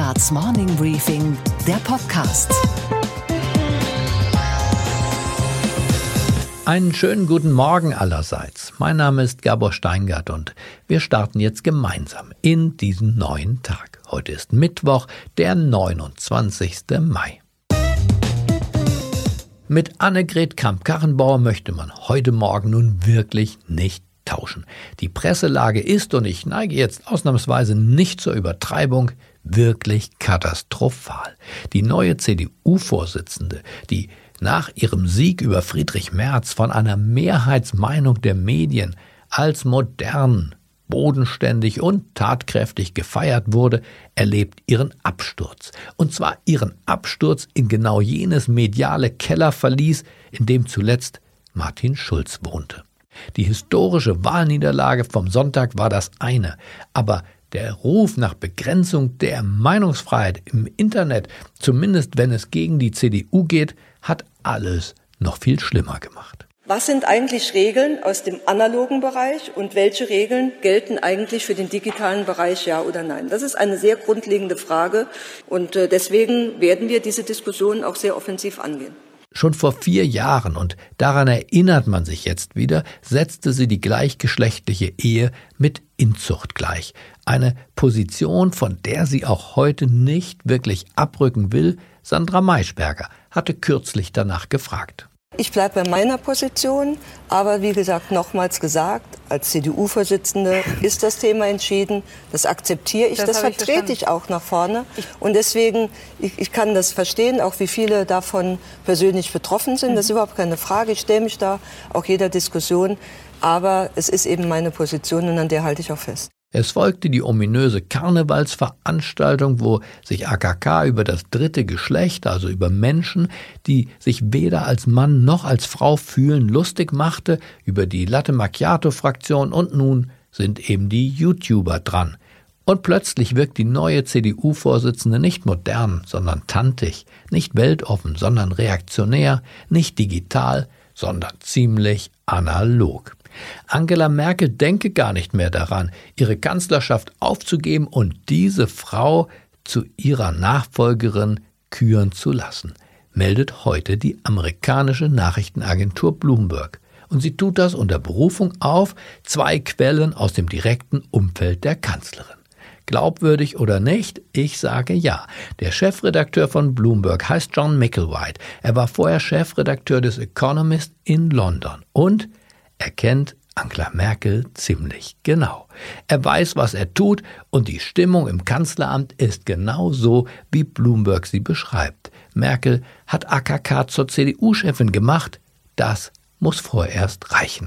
Handelsblatts Morning Briefing, der Podcast. Einen schönen guten Morgen allerseits. Mein Name ist Gabor Steingart und wir starten jetzt gemeinsam in diesen neuen Tag. Heute ist Mittwoch, der 29. Mai. Mit Annegret Kramp-Karrenbauer möchte man heute Morgen nun wirklich nicht tauschen. Die Presselage ist, und ich neige jetzt ausnahmsweise nicht zur Übertreibung, wirklich katastrophal. Die neue CDU-Vorsitzende, die nach ihrem Sieg über Friedrich Merz von einer Mehrheitsmeinung der Medien als modern, bodenständig und tatkräftig gefeiert wurde, erlebt ihren Absturz. Und zwar ihren Absturz in genau jenes mediale Kellerverlies, in dem zuletzt Martin Schulz wohnte. Die historische Wahlniederlage vom Sonntag war das eine, aber der Ruf nach Begrenzung der Meinungsfreiheit im Internet, zumindest wenn es gegen die CDU geht, hat alles noch viel schlimmer gemacht. Was sind eigentlich Regeln aus dem analogen Bereich und welche Regeln gelten eigentlich für den digitalen Bereich, ja oder nein? Das ist eine sehr grundlegende Frage und deswegen werden wir diese Diskussion auch sehr offensiv angehen. Schon vor 4 Jahren, und daran erinnert man sich jetzt wieder, setzte sie die gleichgeschlechtliche Ehe mit Inzucht gleich. Eine Position, von der sie auch heute nicht wirklich abrücken will. Sandra Maischberger hatte kürzlich danach gefragt. Ich bleibe bei meiner Position, aber wie gesagt, nochmals gesagt, als CDU-Vorsitzende ist das Thema entschieden, das akzeptiere ich, das vertrete ich auch nach vorne. Und deswegen, ich kann das verstehen, auch wie viele davon persönlich betroffen sind, das ist überhaupt keine Frage, ich stelle mich da auch jeder Diskussion, aber es ist eben meine Position und an der halte ich auch fest. Es folgte die ominöse Karnevalsveranstaltung, wo sich AKK über das dritte Geschlecht, also über Menschen, die sich weder als Mann noch als Frau fühlen, lustig machte, über die Latte Macchiato-Fraktion, und nun sind eben die YouTuber dran. Und plötzlich wirkt die neue CDU-Vorsitzende nicht modern, sondern tantig, nicht weltoffen, sondern reaktionär, nicht digital, sondern ziemlich analog. Angela Merkel denke gar nicht mehr daran, ihre Kanzlerschaft aufzugeben und diese Frau zu ihrer Nachfolgerin küren zu lassen, meldet heute die amerikanische Nachrichtenagentur Bloomberg. Und sie tut das unter Berufung auf 2 Quellen aus dem direkten Umfeld der Kanzlerin. Glaubwürdig oder nicht? Ich sage ja. Der Chefredakteur von Bloomberg heißt John Micklewhite. Er war vorher Chefredakteur des Economist in London und er kennt Angela Merkel ziemlich genau. Er weiß, was er tut, und die Stimmung im Kanzleramt ist genau so, wie Bloomberg sie beschreibt. Merkel hat AKK zur CDU-Chefin gemacht. Das muss vorerst reichen.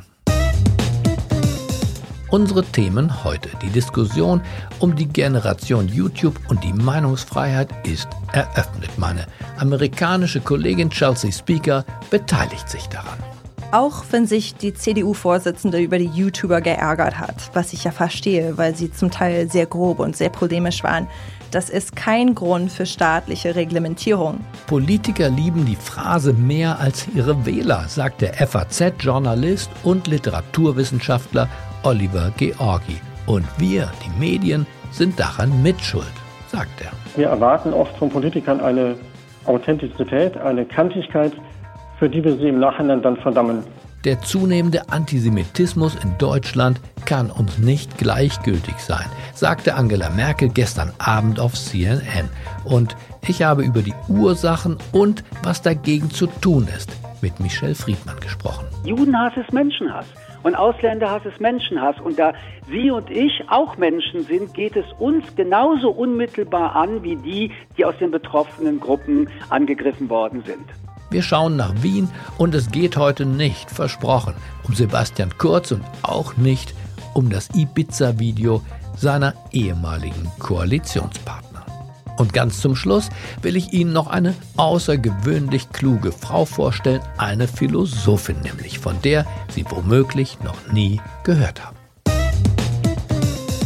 Unsere Themen heute. Die Diskussion um die Generation YouTube und die Meinungsfreiheit ist eröffnet. Meine amerikanische Kollegin Chelsea Speaker beteiligt sich daran. Auch wenn sich die CDU-Vorsitzende über die YouTuber geärgert hat, was ich ja verstehe, weil sie zum Teil sehr grob und sehr polemisch waren, das ist kein Grund für staatliche Reglementierung. Politiker lieben die Phrase mehr als ihre Wähler, sagt der FAZ-Journalist und Literaturwissenschaftler Oliver Georgi. Und wir, die Medien, sind daran mitschuld, sagt er. Wir erwarten oft von Politikern eine Authentizität, eine Kantigkeit, für die wir sie im Nachhinein dann verdammen. Der zunehmende Antisemitismus in Deutschland kann uns nicht gleichgültig sein, sagte Angela Merkel gestern Abend auf CNN. Und ich habe über die Ursachen und was dagegen zu tun ist mit Michelle Friedmann gesprochen. Judenhass ist Menschenhass und Ausländerhass ist Menschenhass. Und da Sie und ich auch Menschen sind, geht es uns genauso unmittelbar an wie die aus den betroffenen Gruppen angegriffen worden sind. Wir schauen nach Wien und es geht heute nicht, versprochen, um Sebastian Kurz und auch nicht um das Ibiza-Video seiner ehemaligen Koalitionspartner. Und ganz zum Schluss will ich Ihnen noch eine außergewöhnlich kluge Frau vorstellen, eine Philosophin nämlich, von der Sie womöglich noch nie gehört haben.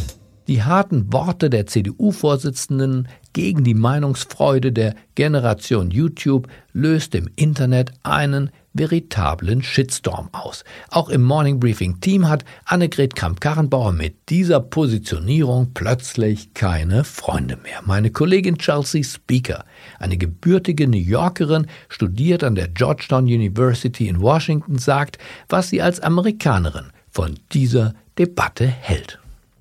Die harten Worte der CDU-Vorsitzenden gegen die Meinungsfreude der Generation YouTube löst im Internet einen veritablen Shitstorm aus. Auch im Morning Briefing Team hat Annegret Kramp-Karrenbauer mit dieser Positionierung plötzlich keine Freunde mehr. Meine Kollegin Chelsea Speaker, eine gebürtige New Yorkerin, studiert an der Georgetown University in Washington, sagt, was sie als Amerikanerin von dieser Debatte hält.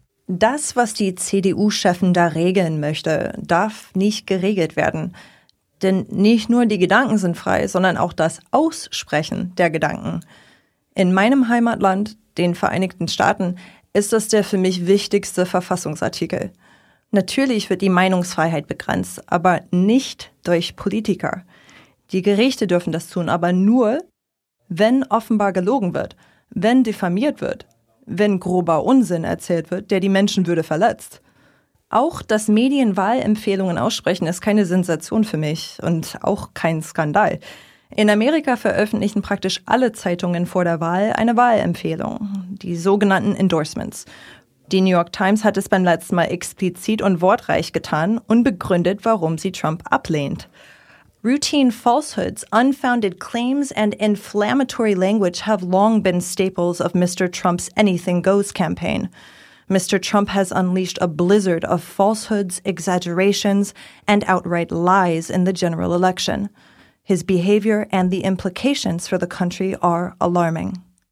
Das, was die CDU-Chefin da regeln möchte, darf nicht geregelt werden. Denn nicht nur die Gedanken sind frei, sondern auch das Aussprechen der Gedanken. In meinem Heimatland, den Vereinigten Staaten, ist das der für mich wichtigste Verfassungsartikel. Natürlich wird die Meinungsfreiheit begrenzt, aber nicht durch Politiker. Die Gerichte dürfen das tun, aber nur, wenn offenbar gelogen wird, wenn diffamiert wird, wenn grober Unsinn erzählt wird, der die Menschenwürde verletzt. Auch dass Medien Wahlempfehlungen aussprechen, ist keine Sensation für mich und auch kein Skandal. In Amerika veröffentlichen praktisch alle Zeitungen vor der Wahl eine Wahlempfehlung, die sogenannten Endorsements. Die New York Times hat es beim letzten Mal explizit und wortreich getan und begründet, warum sie Trump ablehnt. Routine falsehoods, unfounded claims, and inflammatory language have long been staples of Mr. Trump's Anything Goes campaign. Mr. Trump has unleashed a blizzard of falsehoods, exaggerations, and outright lies in the general election. His behavior and the implications for the country are alarming.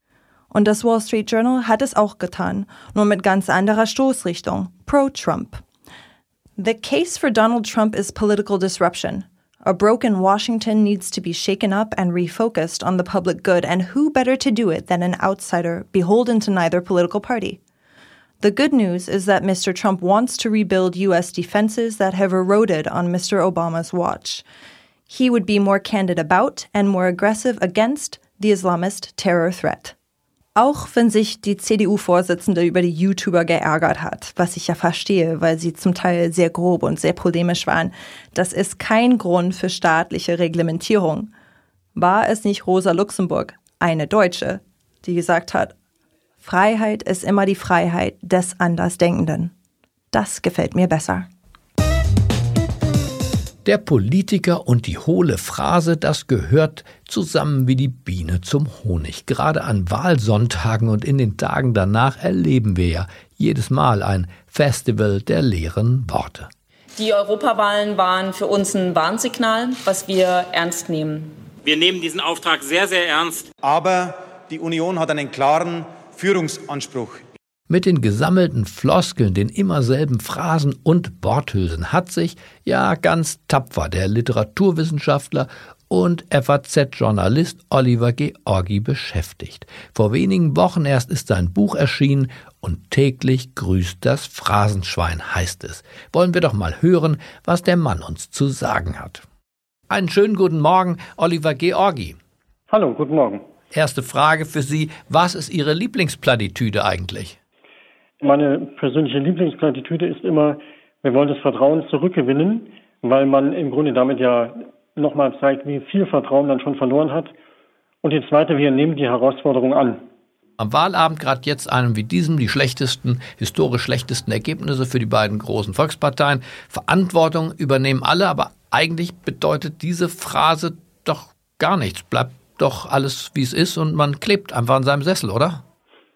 Und das Wall Street Journal hat es auch getan, nur mit ganz anderer Stoßrichtung, pro-Trump. The case for Donald Trump is political disruption. A broken Washington needs to be shaken up and refocused on the public good, and who better to do it than an outsider beholden to neither political party? The good news is that Mr. Trump wants to rebuild U.S. defenses that have eroded on Mr. Obama's watch. He would be more candid about and more aggressive against the Islamist terror threat. Auch wenn sich die CDU-Vorsitzende über die YouTuber geärgert hat, was ich ja verstehe, weil sie zum Teil sehr grob und sehr polemisch waren, das ist kein Grund für staatliche Reglementierung. War es nicht Rosa Luxemburg, eine Deutsche, die gesagt hat, Freiheit ist immer die Freiheit des Andersdenkenden. Das gefällt mir besser. Der Politiker und die hohle Phrase, das gehört zusammen wie die Biene zum Honig. Gerade an Wahlsonntagen und in den Tagen danach erleben wir ja jedes Mal ein Festival der leeren Worte. Die Europawahlen waren für uns ein Warnsignal, was wir ernst nehmen. Wir nehmen diesen Auftrag sehr, sehr ernst. Aber die Union hat einen klaren Führungsanspruch. Mit den gesammelten Floskeln, den immer selben Phrasen und Worthülsen hat sich ja ganz tapfer der Literaturwissenschaftler und FAZ-Journalist Oliver Georgi beschäftigt. Vor wenigen Wochen erst ist sein Buch erschienen und täglich grüßt das Phrasenschwein, heißt es. Wollen wir doch mal hören, was der Mann uns zu sagen hat. Einen schönen guten Morgen, Oliver Georgi. Hallo, guten Morgen. Erste Frage für Sie, was ist Ihre Lieblingsplattitüde eigentlich? Meine persönliche Lieblingsplattitüde ist immer, wir wollen das Vertrauen zurückgewinnen, weil man im Grunde damit ja nochmal zeigt, wie viel Vertrauen man schon verloren hat. Und die zweite, wir nehmen die Herausforderung an. Am Wahlabend gerade jetzt einem wie diesem die historisch schlechtesten Ergebnisse für die beiden großen Volksparteien. Verantwortung übernehmen alle, aber eigentlich bedeutet diese Phrase doch gar nichts. Bleibt doch alles, wie es ist und man klebt einfach an seinem Sessel, oder?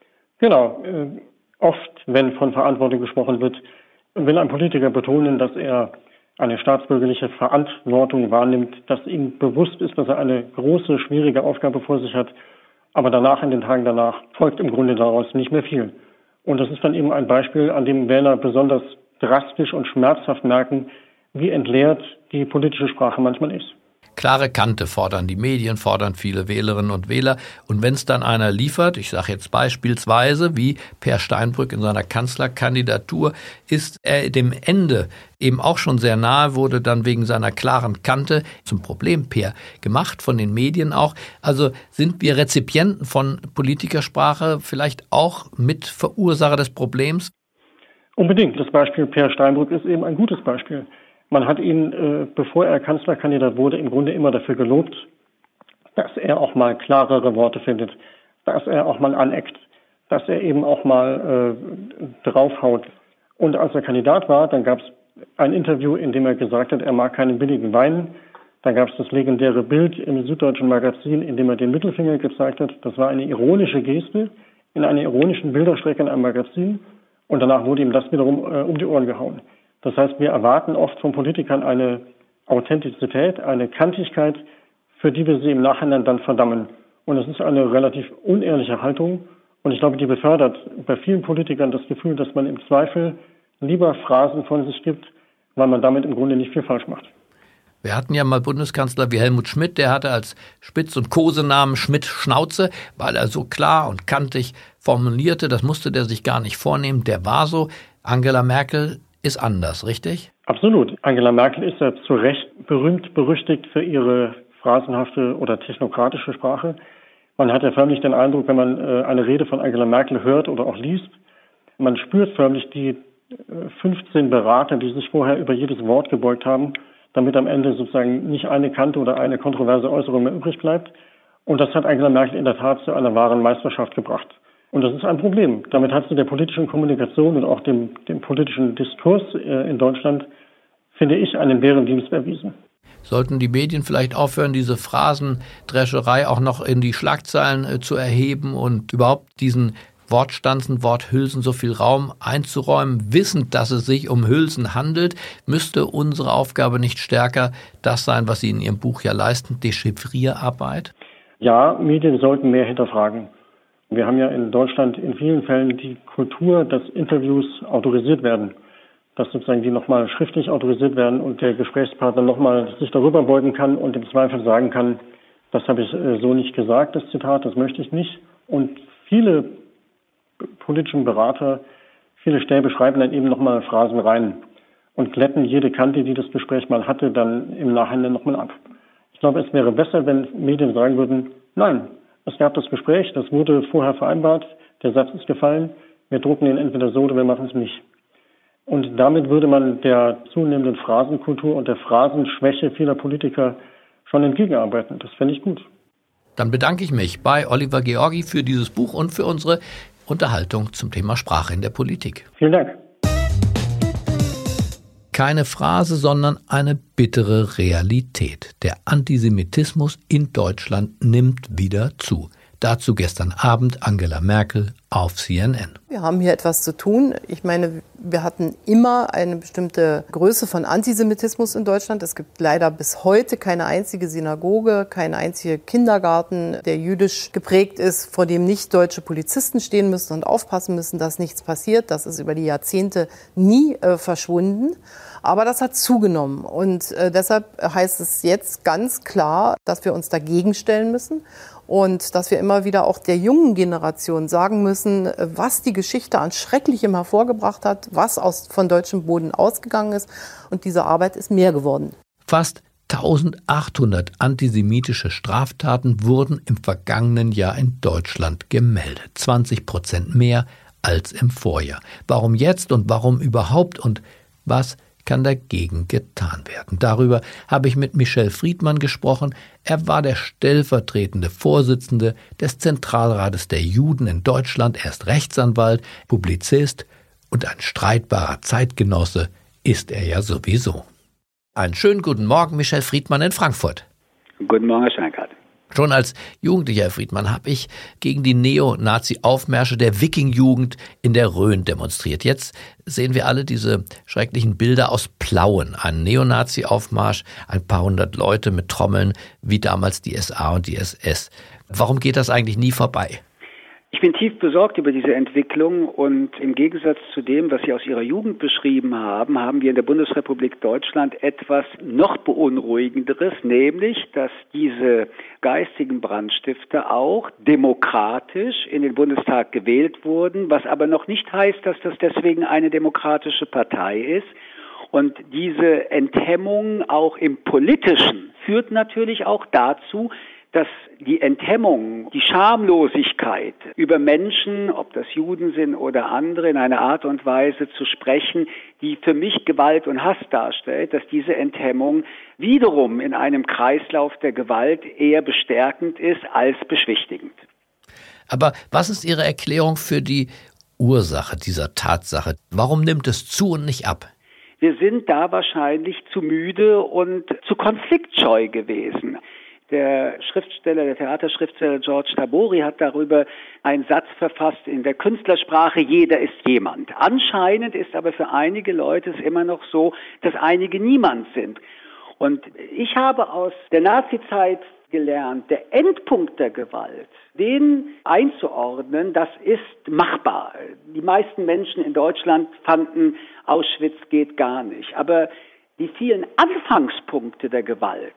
Genau. Oft, wenn von Verantwortung gesprochen wird, will ein Politiker betonen, dass er eine staatsbürgerliche Verantwortung wahrnimmt, dass ihm bewusst ist, dass er eine große, schwierige Aufgabe vor sich hat. Aber danach, in den Tagen danach, folgt im Grunde daraus nicht mehr viel. Und das ist dann eben ein Beispiel, an dem Wähler besonders drastisch und schmerzhaft merken, wie entleert die politische Sprache manchmal ist. Klare Kante fordern die Medien, fordern viele Wählerinnen und Wähler. Und wenn es dann einer liefert, ich sage jetzt beispielsweise, wie Peer Steinbrück in seiner Kanzlerkandidatur, ist er dem Ende eben auch schon sehr nahe, wurde dann wegen seiner klaren Kante zum Problem Peer gemacht, von den Medien auch. Also sind wir Rezipienten von Politikersprache vielleicht auch mit Verursacher des Problems? Unbedingt. Das Beispiel Peer Steinbrück ist eben ein gutes Beispiel. Man hat ihn, bevor er Kanzlerkandidat wurde, im Grunde immer dafür gelobt, dass er auch mal klarere Worte findet, dass er auch mal aneckt, dass er eben auch mal draufhaut. Und als er Kandidat war, dann gab es ein Interview, in dem er gesagt hat, er mag keinen billigen Wein. Dann gab es das legendäre Bild im Süddeutschen Magazin, in dem er den Mittelfinger gezeigt hat. Das war eine ironische Geste in einer ironischen Bilderstrecke in einem Magazin. Und danach wurde ihm das wiederum um die Ohren gehauen. Das heißt, wir erwarten oft von Politikern eine Authentizität, eine Kantigkeit, für die wir sie im Nachhinein dann verdammen. Und es ist eine relativ unehrliche Haltung. Und ich glaube, die befördert bei vielen Politikern das Gefühl, dass man im Zweifel lieber Phrasen von sich gibt, weil man damit im Grunde nicht viel falsch macht. Wir hatten ja mal Bundeskanzler wie Helmut Schmidt, der hatte als Spitz- und Kosenamen Schmidt-Schnauze, weil er so klar und kantig formulierte, das musste der sich gar nicht vornehmen, der war so. Angela Merkel ist anders, richtig? Absolut. Angela Merkel ist ja zu Recht berühmt, berüchtigt für ihre phrasenhafte oder technokratische Sprache. Man hat ja förmlich den Eindruck, wenn man eine Rede von Angela Merkel hört oder auch liest, man spürt förmlich die 15 Berater, die sich vorher über jedes Wort gebeugt haben, damit am Ende sozusagen nicht eine Kante oder eine kontroverse Äußerung mehr übrig bleibt. Und das hat Angela Merkel in der Tat zu einer wahren Meisterschaft gebracht. Und das ist ein Problem. Damit hat sie der politischen Kommunikation und auch dem politischen Diskurs in Deutschland, finde ich, einen Bärendienst erwiesen. Sollten die Medien vielleicht aufhören, diese Phrasendrescherei auch noch in die Schlagzeilen zu erheben und überhaupt diesen Wortstanzen, Worthülsen so viel Raum einzuräumen, wissend, dass es sich um Hülsen handelt, müsste unsere Aufgabe nicht stärker das sein, was Sie in Ihrem Buch ja leisten, Dechiffrierarbeit? Ja, Medien sollten mehr hinterfragen. Wir haben ja in Deutschland in vielen Fällen die Kultur, dass Interviews autorisiert werden, dass sozusagen die nochmal schriftlich autorisiert werden und der Gesprächspartner nochmal sich darüber beugen kann und im Zweifel sagen kann, das habe ich so nicht gesagt, das Zitat, das möchte ich nicht. Und viele politischen Berater, viele Stäbe schreiben dann eben nochmal Phrasen rein und glätten jede Kante, die das Gespräch mal hatte, dann im Nachhinein nochmal ab. Ich glaube, es wäre besser, wenn Medien sagen würden, nein, es gab das Gespräch, das wurde vorher vereinbart, der Satz ist gefallen, wir drucken ihn entweder so oder wir machen es nicht. Und damit würde man der zunehmenden Phrasenkultur und der Phrasenschwäche vieler Politiker schon entgegenarbeiten. Das fände ich gut. Dann bedanke ich mich bei Oliver Georgi für dieses Buch und für unsere Unterhaltung zum Thema Sprache in der Politik. Vielen Dank. Keine Phrase, sondern eine bittere Realität. Der Antisemitismus in Deutschland nimmt wieder zu. Dazu gestern Abend Angela Merkel auf CNN. Wir haben hier etwas zu tun. Ich meine, wir hatten immer eine bestimmte Größe von Antisemitismus in Deutschland. Es gibt leider bis heute keine einzige Synagoge, keinen einzigen Kindergarten, der jüdisch geprägt ist, vor dem nicht deutsche Polizisten stehen müssen und aufpassen müssen, dass nichts passiert. Das ist über die Jahrzehnte nie verschwunden. Aber das hat zugenommen. Und deshalb heißt es jetzt ganz klar, dass wir uns dagegen stellen müssen. Und dass wir immer wieder auch der jungen Generation sagen müssen, was die Geschichte an Schrecklichem hervorgebracht hat, was von deutschem Boden ausgegangen ist. Und diese Arbeit ist mehr geworden. Fast 1800 antisemitische Straftaten wurden im vergangenen Jahr in Deutschland gemeldet. 20% mehr als im Vorjahr. Warum jetzt und warum überhaupt und was kann dagegen getan werden? Darüber habe ich mit Michel Friedmann gesprochen. Er war der stellvertretende Vorsitzende des Zentralrates der Juden in Deutschland. Er ist Rechtsanwalt, Publizist und ein streitbarer Zeitgenosse ist er ja sowieso. Einen schönen guten Morgen, Michel Friedmann in Frankfurt. Guten Morgen, Herr Scheinkart. Schon als Jugendlicher, Herr Friedmann, habe ich gegen die Neonazi-Aufmärsche der Wiking-Jugend in der Rhön demonstriert. Jetzt sehen wir alle diese schrecklichen Bilder aus Plauen. Ein Neonazi-Aufmarsch, ein paar hundert Leute mit Trommeln, wie damals die SA und die SS. Warum geht das eigentlich nie vorbei? Ich bin tief besorgt über diese Entwicklung und im Gegensatz zu dem, was Sie aus Ihrer Jugend beschrieben haben, haben wir in der Bundesrepublik Deutschland etwas noch Beunruhigenderes, nämlich, dass diese geistigen Brandstifter auch demokratisch in den Bundestag gewählt wurden, was aber noch nicht heißt, dass das deswegen eine demokratische Partei ist. Und diese Enthemmung auch im Politischen führt natürlich auch dazu, dass die Enthemmung, die Schamlosigkeit über Menschen, ob das Juden sind oder andere, in einer Art und Weise zu sprechen, die für mich Gewalt und Hass darstellt, dass diese Enthemmung wiederum in einem Kreislauf der Gewalt eher bestärkend ist als beschwichtigend. Aber was ist Ihre Erklärung für die Ursache dieser Tatsache? Warum nimmt es zu und nicht ab? Wir sind da wahrscheinlich zu müde und zu konfliktscheu gewesen. Der Theaterschriftsteller George Tabori hat darüber einen Satz verfasst in der Künstlersprache: Jeder ist jemand. Anscheinend ist aber für einige Leute es immer noch so, dass einige niemand sind. Und ich habe aus der Nazizeit gelernt, der Endpunkt der Gewalt, den einzuordnen, das ist machbar. Die meisten Menschen in Deutschland fanden, Auschwitz geht gar nicht. Aber die vielen Anfangspunkte der Gewalt,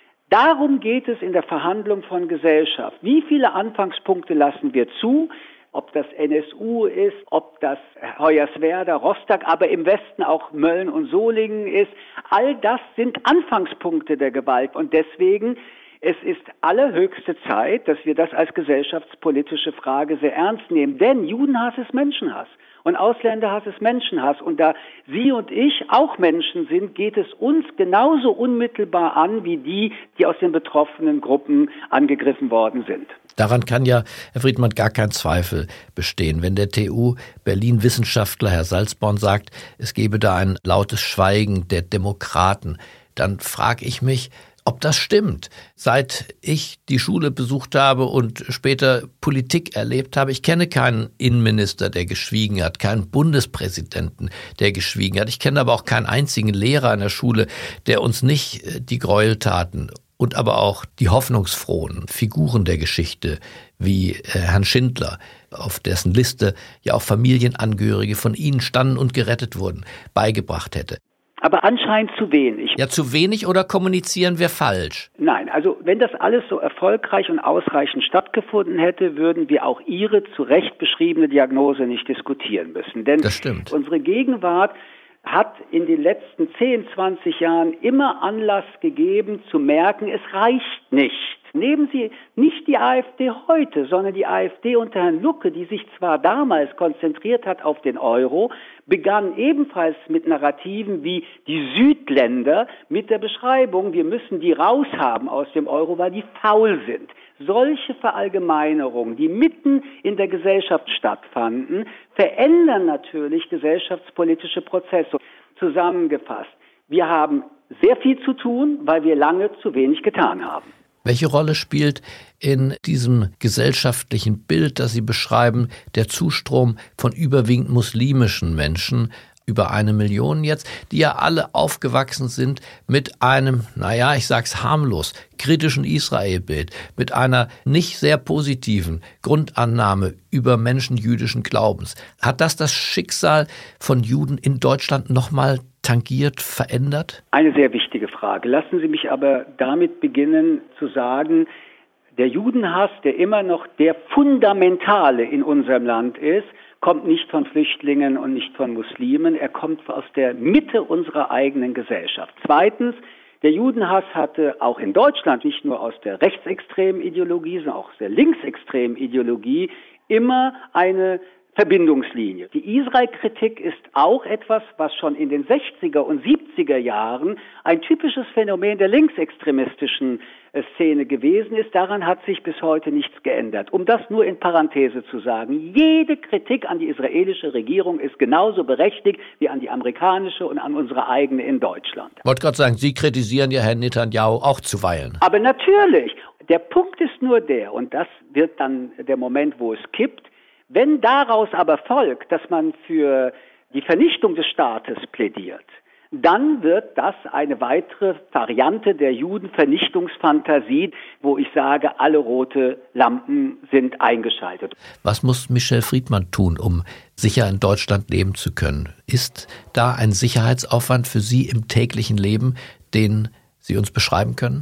darum geht es in der Verhandlung von Gesellschaft. Wie viele Anfangspunkte lassen wir zu? Ob das NSU ist, ob das Hoyerswerda, Rostock, aber im Westen auch Mölln und Solingen ist. All das sind Anfangspunkte der Gewalt. Und deswegen, es ist allerhöchste Zeit, dass wir das als gesellschaftspolitische Frage sehr ernst nehmen. Denn Judenhass ist Menschenhass. Und Ausländerhass ist Menschenhass. Und da Sie und ich auch Menschen sind, geht es uns genauso unmittelbar an, wie die aus den betroffenen Gruppen angegriffen worden sind. Daran kann ja, Herr Friedmann, gar kein Zweifel bestehen. Wenn der TU Berlin-Wissenschaftler Herr Salzborn sagt, es gebe da ein lautes Schweigen der Demokraten, dann frage ich mich, ob das stimmt. Seit ich die Schule besucht habe und später Politik erlebt habe, ich kenne keinen Innenminister, der geschwiegen hat, keinen Bundespräsidenten, der geschwiegen hat. Ich kenne aber auch keinen einzigen Lehrer in der Schule, der uns nicht die Gräueltaten und aber auch die hoffnungsfrohen Figuren der Geschichte wie Herrn Schindler, auf dessen Liste ja auch Familienangehörige von Ihnen standen und gerettet wurden, beigebracht hätte. Aber anscheinend zu wenig. Ja, zu wenig oder kommunizieren wir falsch? Nein, also wenn das alles so erfolgreich und ausreichend stattgefunden hätte, würden wir auch Ihre zu Recht beschriebene Diagnose nicht diskutieren müssen. Denn das stimmt. Unsere Gegenwart hat in den letzten 10, 20 Jahren immer Anlass gegeben zu merken, es reicht nicht. Nehmen Sie nicht die AfD heute, sondern die AfD unter Herrn Lucke, die sich zwar damals konzentriert hat auf den Euro, begann ebenfalls mit Narrativen wie die Südländer mit der Beschreibung, wir müssen die raushaben aus dem Euro, weil die faul sind. Solche Verallgemeinerungen, die mitten in der Gesellschaft stattfanden, verändern natürlich gesellschaftspolitische Prozesse. Zusammengefasst, wir haben sehr viel zu tun, weil wir lange zu wenig getan haben. Welche Rolle spielt in diesem gesellschaftlichen Bild, das Sie beschreiben, der Zustrom von überwiegend muslimischen Menschen, über 1 Million jetzt, die ja alle aufgewachsen sind mit einem, ich sag's harmlos, kritischen Israelbild, mit einer nicht sehr positiven Grundannahme über Menschen jüdischen Glaubens. Hat das Schicksal von Juden in Deutschland nochmal tangiert, verändert? Eine sehr wichtige Frage. Lassen Sie mich aber damit beginnen zu sagen, der Judenhass, der immer noch der fundamentale in unserem Land ist, kommt nicht von Flüchtlingen und nicht von Muslimen, er kommt aus der Mitte unserer eigenen Gesellschaft. Zweitens, der Judenhass hatte auch in Deutschland, nicht nur aus der rechtsextremen Ideologie, sondern auch aus der linksextremen Ideologie, immer eine Verbindungslinie. Die Israel-Kritik ist auch etwas, was schon in den 60er und 70er Jahren ein typisches Phänomen der linksextremistischen Szene gewesen ist. Daran hat sich bis heute nichts geändert. Um das nur in Parenthese zu sagen, jede Kritik an die israelische Regierung ist genauso berechtigt wie an die amerikanische und an unsere eigene in Deutschland. Ich wollte gerade sagen, Sie kritisieren ja Herrn Netanyahu auch zuweilen. Aber natürlich. Der Punkt ist nur der, und das wird dann der Moment, wo es kippt, wenn daraus aber folgt, dass man für die Vernichtung des Staates plädiert, dann wird das eine weitere Variante der Judenvernichtungsfantasie, wo ich sage, alle rote Lampen sind eingeschaltet. Was muss Michel Friedmann tun, um sicher in Deutschland leben zu können? Ist da ein Sicherheitsaufwand für Sie im täglichen Leben, den Sie uns beschreiben können?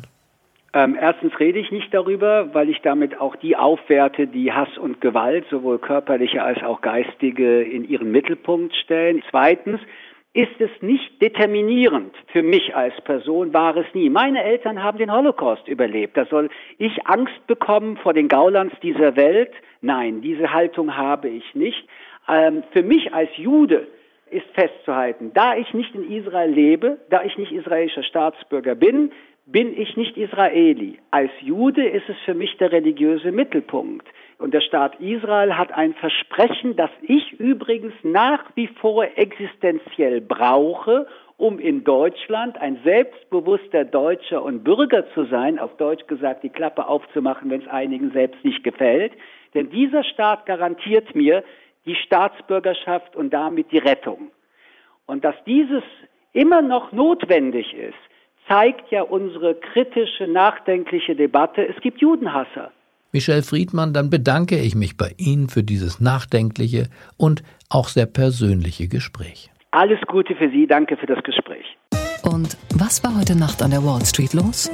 Erstens rede ich nicht darüber, weil ich damit auch die aufwerte, die Hass und Gewalt, sowohl körperliche als auch geistige, in ihren Mittelpunkt stellen. Zweitens ist es nicht determinierend für mich als Person, war es nie. Meine Eltern haben den Holocaust überlebt. Da soll ich Angst bekommen vor den Gaulands dieser Welt? Nein, diese Haltung habe ich nicht. Für mich als Jude ist festzuhalten, da ich nicht in Israel lebe, da ich nicht israelischer Staatsbürger bin ich nicht Israeli. Als Jude ist es für mich der religiöse Mittelpunkt. Und der Staat Israel hat ein Versprechen, das ich übrigens nach wie vor existenziell brauche, um in Deutschland ein selbstbewusster Deutscher und Bürger zu sein, auf Deutsch gesagt die Klappe aufzumachen, wenn es einigen selbst nicht gefällt. Denn dieser Staat garantiert mir die Staatsbürgerschaft und damit die Rettung. Und dass dieses immer noch notwendig ist, zeigt ja unsere kritische, nachdenkliche Debatte. Es gibt Judenhasser. Michelle Friedmann, dann bedanke ich mich bei Ihnen für dieses nachdenkliche und auch sehr persönliche Gespräch. Alles Gute für Sie, danke für das Gespräch. Und was war heute Nacht an der Wall Street los?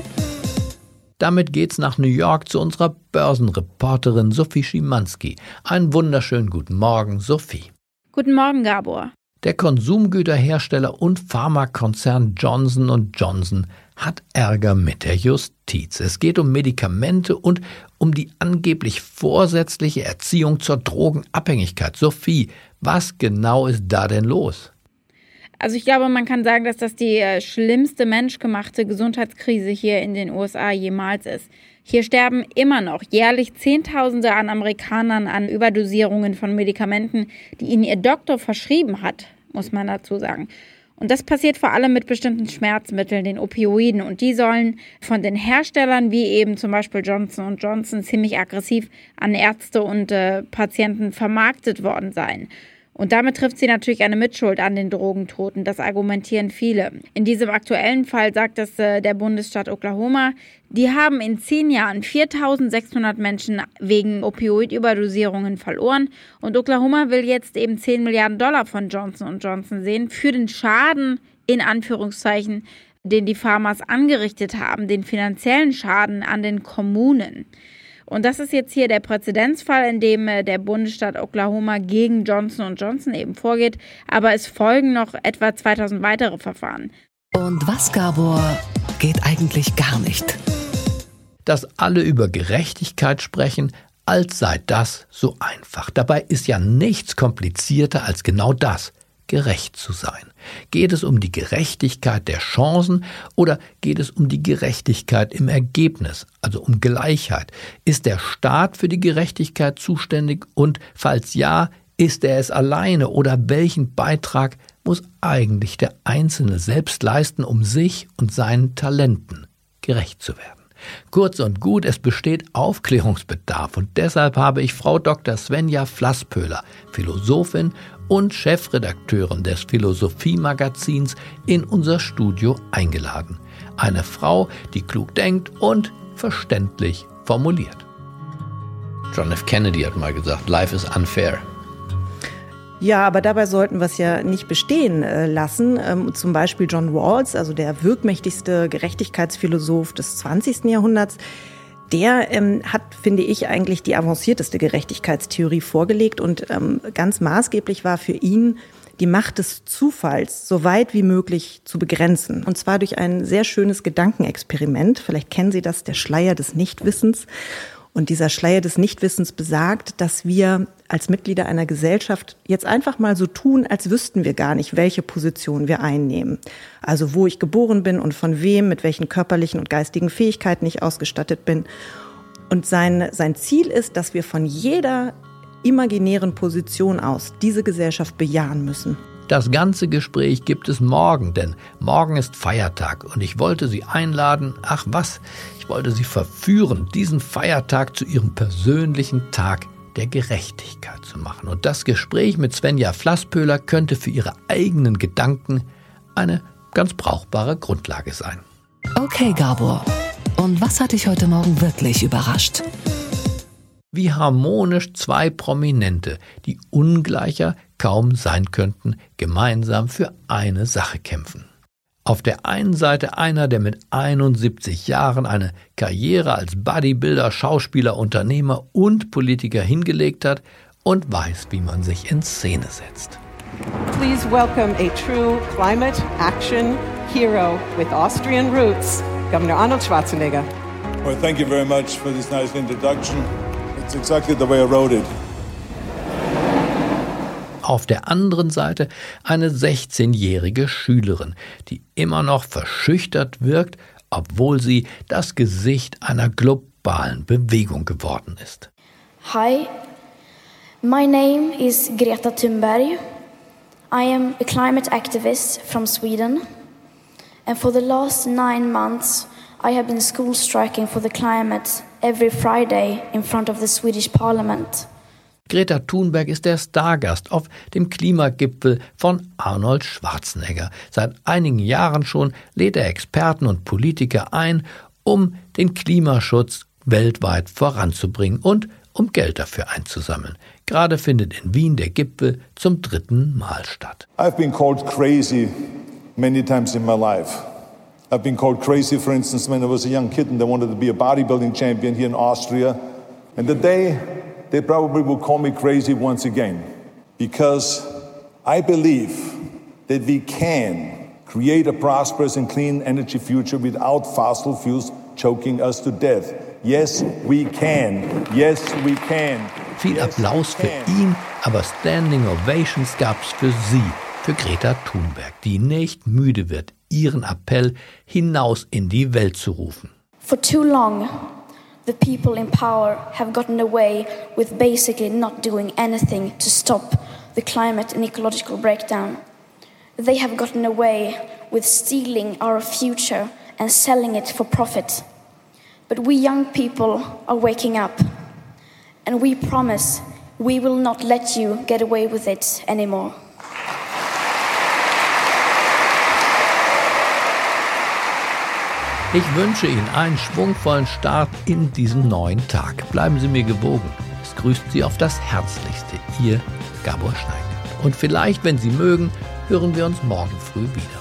Damit geht's nach New York zu unserer Börsenreporterin Sophie Schimanski. Einen wunderschönen guten Morgen, Sophie. Guten Morgen, Gabor. Der Konsumgüterhersteller und Pharmakonzern Johnson & Johnson hat Ärger mit der Justiz. Es geht um Medikamente und um die angeblich vorsätzliche Erziehung zur Drogenabhängigkeit. Sophie, was genau ist da denn los? Also ich glaube, man kann sagen, dass das die schlimmste menschgemachte Gesundheitskrise hier in den USA jemals ist. Hier sterben immer noch jährlich Zehntausende an Amerikanern an Überdosierungen von Medikamenten, die ihnen ihr Doktor verschrieben hat, muss man dazu sagen. Und das passiert vor allem mit bestimmten Schmerzmitteln, den Opioiden. Und die sollen von den Herstellern, wie eben zum Beispiel Johnson & Johnson, ziemlich aggressiv an Ärzte und Patienten vermarktet worden sein. Und damit trifft sie natürlich eine Mitschuld an den Drogentoten. Das argumentieren viele. In diesem aktuellen Fall sagt es der Bundesstaat Oklahoma, die haben in 10 Jahren 4.600 Menschen wegen Opioidüberdosierungen verloren. Und Oklahoma will jetzt eben $10 Milliarden von Johnson & Johnson sehen für den Schaden, in Anführungszeichen, den die Pharmas angerichtet haben, den finanziellen Schaden an den Kommunen. Und das ist jetzt hier der Präzedenzfall, in dem der Bundesstaat Oklahoma gegen Johnson & Johnson eben vorgeht. Aber es folgen noch etwa 2000 weitere Verfahren. Und was, Gabor, geht eigentlich gar nicht? Dass alle über Gerechtigkeit sprechen, als sei das so einfach. Dabei ist ja nichts komplizierter als genau das. Gerecht zu sein. Geht es um die Gerechtigkeit der Chancen oder geht es um die Gerechtigkeit im Ergebnis, also um Gleichheit? Ist der Staat für die Gerechtigkeit zuständig und falls ja, ist er es alleine oder welchen Beitrag muss eigentlich der Einzelne selbst leisten, um sich und seinen Talenten gerecht zu werden? Kurz und gut, es besteht Aufklärungsbedarf und deshalb habe ich Frau Dr. Svenja Flasspöhler, Philosophin und Chefredakteurin des Philosophie-Magazins, in unser Studio eingeladen. Eine Frau, die klug denkt und verständlich formuliert. John F. Kennedy hat mal gesagt, Life is unfair. Ja, aber dabei sollten wir es ja nicht bestehen lassen. Zum Beispiel John Rawls, also der wirkmächtigste Gerechtigkeitsphilosoph des 20. Jahrhunderts, der hat, finde ich, eigentlich die avancierteste Gerechtigkeitstheorie vorgelegt und ganz maßgeblich war für ihn, die Macht des Zufalls so weit wie möglich zu begrenzen. Und zwar durch ein sehr schönes Gedankenexperiment. Vielleicht kennen Sie das, der Schleier des Nichtwissens. Und dieser Schleier des Nichtwissens besagt, dass wir als Mitglieder einer Gesellschaft jetzt einfach mal so tun, als wüssten wir gar nicht, welche Position wir einnehmen. Also wo ich geboren bin und von wem, mit welchen körperlichen und geistigen Fähigkeiten ich ausgestattet bin. Und sein Ziel ist, dass wir von jeder imaginären Position aus diese Gesellschaft bejahen müssen. Das ganze Gespräch gibt es morgen, denn morgen ist Feiertag und ich wollte Sie einladen, ich wollte Sie verführen, diesen Feiertag zu Ihrem persönlichen Tag der Gerechtigkeit zu machen. Und das Gespräch mit Svenja Flasspöhler könnte für Ihre eigenen Gedanken eine ganz brauchbare Grundlage sein. Okay, Gabor. Und was hat dich heute Morgen wirklich überrascht? Wie harmonisch zwei Prominente, die ungleicher kaum sein könnten, gemeinsam für eine Sache kämpfen. Auf der einen Seite einer, der mit 71 Jahren eine Karriere als Bodybuilder, Schauspieler, Unternehmer und Politiker hingelegt hat und weiß, wie man sich in Szene setzt. Please welcome a true climate action hero with Austrian roots, Governor Arnold Schwarzenegger. Well, thank you very much for this nice introduction. It's exactly the way I wrote it. Auf der anderen Seite eine 16-jährige Schülerin, die immer noch verschüchtert wirkt, obwohl sie das Gesicht einer globalen Bewegung geworden ist. Hi, my name is Greta Thunberg. I am a climate activist from Sweden. And for the last 9 months, I have been school striking for the climate every Friday in front of the Swedish Parliament. Greta Thunberg ist der Stargast auf dem Klimagipfel von Arnold Schwarzenegger. Seit einigen Jahren schon lädt er Experten und Politiker ein, um den Klimaschutz weltweit voranzubringen und um Geld dafür einzusammeln. Gerade findet in Wien der Gipfel zum 3. Mal statt. I've been called crazy many times in my life. I've been called crazy, for instance, when I was a young kid and I wanted to be a bodybuilding champion here in Austria. And today, they probably will call me crazy once again. Because I believe that we can create a prosperous and clean energy future without fossil fuels choking us to death. Yes, we can. Yes, we can. Viel Applaus für ihn, aber Standing Ovations gab's für sie, für Greta Thunberg, die nicht müde wird, ihren Appell hinaus in die Welt zu rufen. For too long, the people in power have gotten away with basically not doing anything to stop the climate and ecological breakdown. They have gotten away with stealing our future and selling it for profit. But we young people are waking up, and we promise we will not let you get away with it anymore. Ich wünsche Ihnen einen schwungvollen Start in diesen neuen Tag. Bleiben Sie mir gewogen. Es grüßt Sie auf das Herzlichste, Ihr Gabor Steingart. Und vielleicht, wenn Sie mögen, hören wir uns morgen früh wieder.